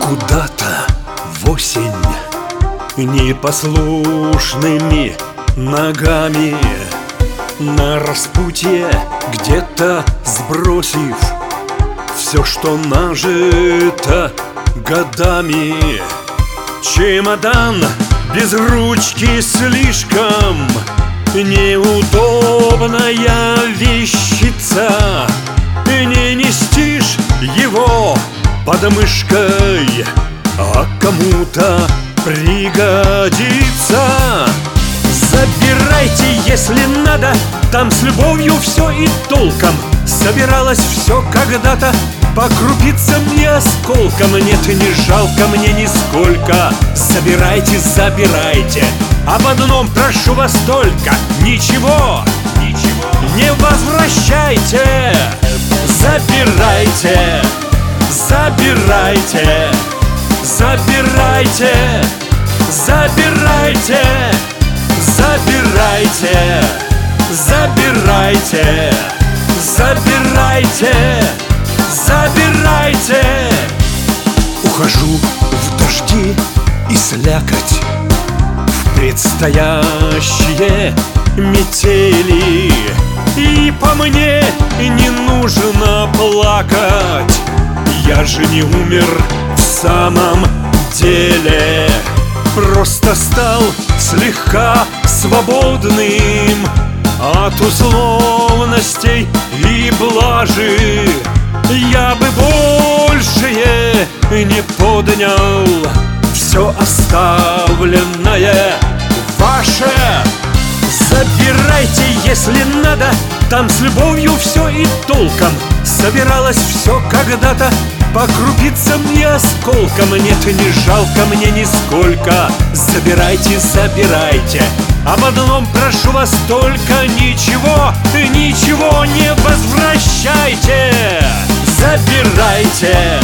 Куда-то в осень непослушными ногами на распутье, где-то сбросив все, что нажито годами. Чемодан без ручки слишком неудобная вещица. Не нестишь его под мышкой, а кому-то пригодится. Забирайте, если надо, там с любовью все и толком. Собиралось все когда-то по крупицам и осколкам. Нет, не жалко мне нисколько. Забирайте, забирайте. Об одном прошу вас только: ничего, не возвращайте. Забирайте, забирайте, забирайте, забирайте, забирайте, забирайте, забирайте, забирайте. Ухожу в дожди и слякоть, в предстоящие метели. И по мне не нужно плакать, я же не умер в самом деле. Просто стал слегка свободным от условностей и блажи. Я бы большее не поднял, все оставленное ваше. Забирайте, если надо, там с любовью все и толком. Собиралось все когда-то по крупицам и осколкам. Нет, не жалко мне нисколько. Забирайте, забирайте. Об одном прошу вас только: ничего, ничего не возвращайте. Забирайте,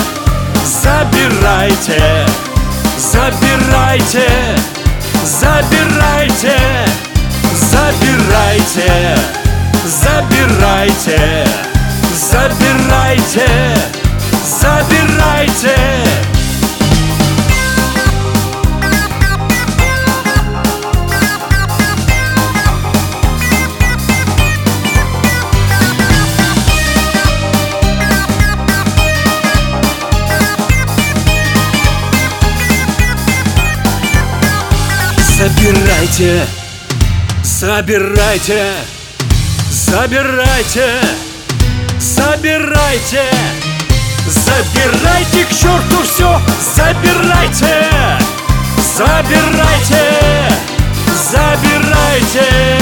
забирайте, забирайте, забирайте, забирайте, забирайте, забирайте, забирайте. Забирайте, забирайте, забирайте, забирайте, забирайте к черту все, забирайте, забирайте, забирайте.